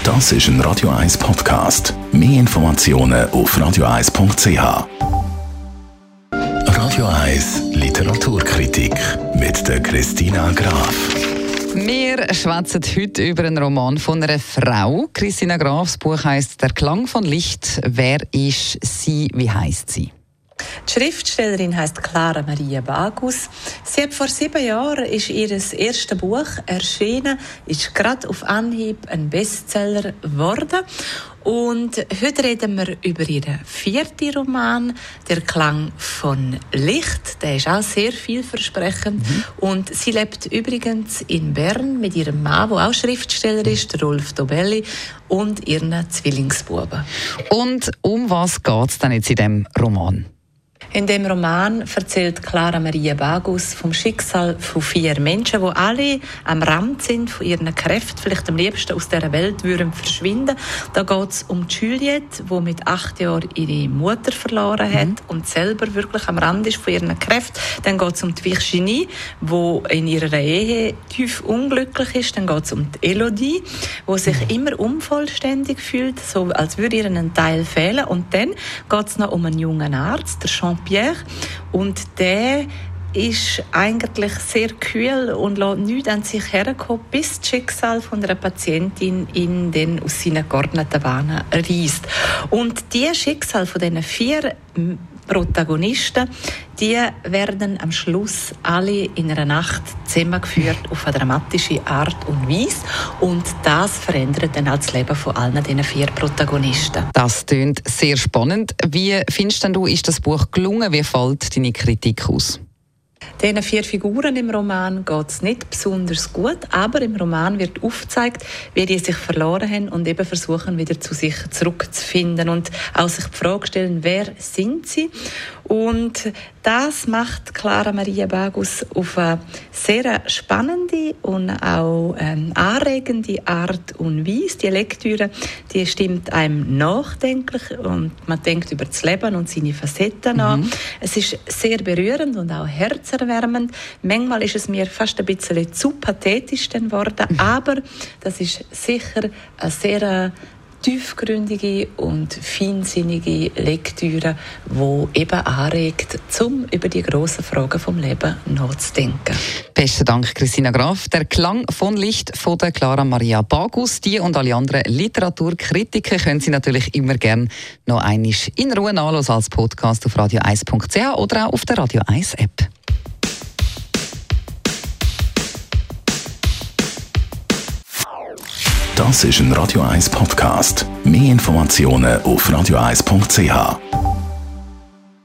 Das ist ein Radio 1 Podcast. Mehr Informationen auf radio1.ch. Radio 1 Literaturkritik mit der Christina Graf. Wir schwätzen heute über einen Roman von einer Frau. Christina Grafs Buch heisst «Der Klang von Licht». Wer ist sie? Wie heisst sie? Die Schriftstellerin heisst Clara Maria Bagus. Sie hat vor 7 Jahren ist ihr erstes Buch erschienen, ist gerade auf Anhieb ein Bestseller geworden. Und heute reden wir über ihren 4. Roman, «Der Klang von Licht». Der ist auch sehr vielversprechend. Und sie lebt übrigens in Bern mit ihrem Mann, der auch Schriftsteller ist, der Rolf Dobelli, und ihren Zwillingsbuben. Und um was geht es denn jetzt in diesem Roman? In dem Roman erzählt Clara Maria Bagus vom Schicksal von 4 Menschen, die alle am Rand sind von ihren Kräften, vielleicht am liebsten aus dieser Welt würden verschwinden. Da geht es um Juliette, die mit 8 Jahren ihre Mutter verloren hat und selber wirklich am Rand ist von ihren Kräften. Dann geht es um die Virginie, die in ihrer Ehe tief unglücklich ist. Dann geht es um die Elodie, die sich immer unvollständig fühlt, so als würde ihr ein Teil fehlen. Und dann geht es noch um einen jungen Arzt, der Jean-Pierre, und der ist eigentlich sehr kühl und lässt nichts an sich herkommen, bis das Schicksal von einer Patientin ihn dann aus seinen geordneten Bahnen reißt. Und die Schicksal von diesen 4 Protagonisten, die werden am Schluss alle in einer Nacht zusammengeführt auf eine dramatische Art und Weise. Und das verändert dann auch das Leben von allen diesen 4 Protagonisten. Das klingt sehr spannend. Wie findest du, ist das Buch gelungen? Wie fällt deine Kritik aus? Diesen 4 Figuren im Roman geht es nicht besonders gut, aber im Roman wird aufgezeigt, wie die sich verloren haben und eben versuchen, wieder zu sich zurückzufinden und auch sich die Frage stellen, wer sind sie? Und das macht Clara Maria Bagus auf eine sehr spannende und auch anregende Art und Weise. Die Lektüre, die stimmt einem nachdenklich und man denkt über das Leben und seine Facetten nach. Es ist sehr berührend und auch herzerwärmend. Manchmal ist es mir fast ein bisschen zu pathetisch geworden, aber das ist sicher eine sehr tiefgründige und feinsinnige Lektüre, die eben anregt, um über die grossen Fragen vom Leben nachzudenken. Besten Dank, Christina Graf. «Der Klang von Licht» von der Clara Maria Bagus. Die und alle anderen Literaturkritiker können Sie natürlich immer gerne noch einmal in Ruhe nachhören als Podcast auf radio1.ch oder auch auf der Radio 1 App. Das ist ein Radio 1 Podcast. Mehr Informationen auf radio1.ch.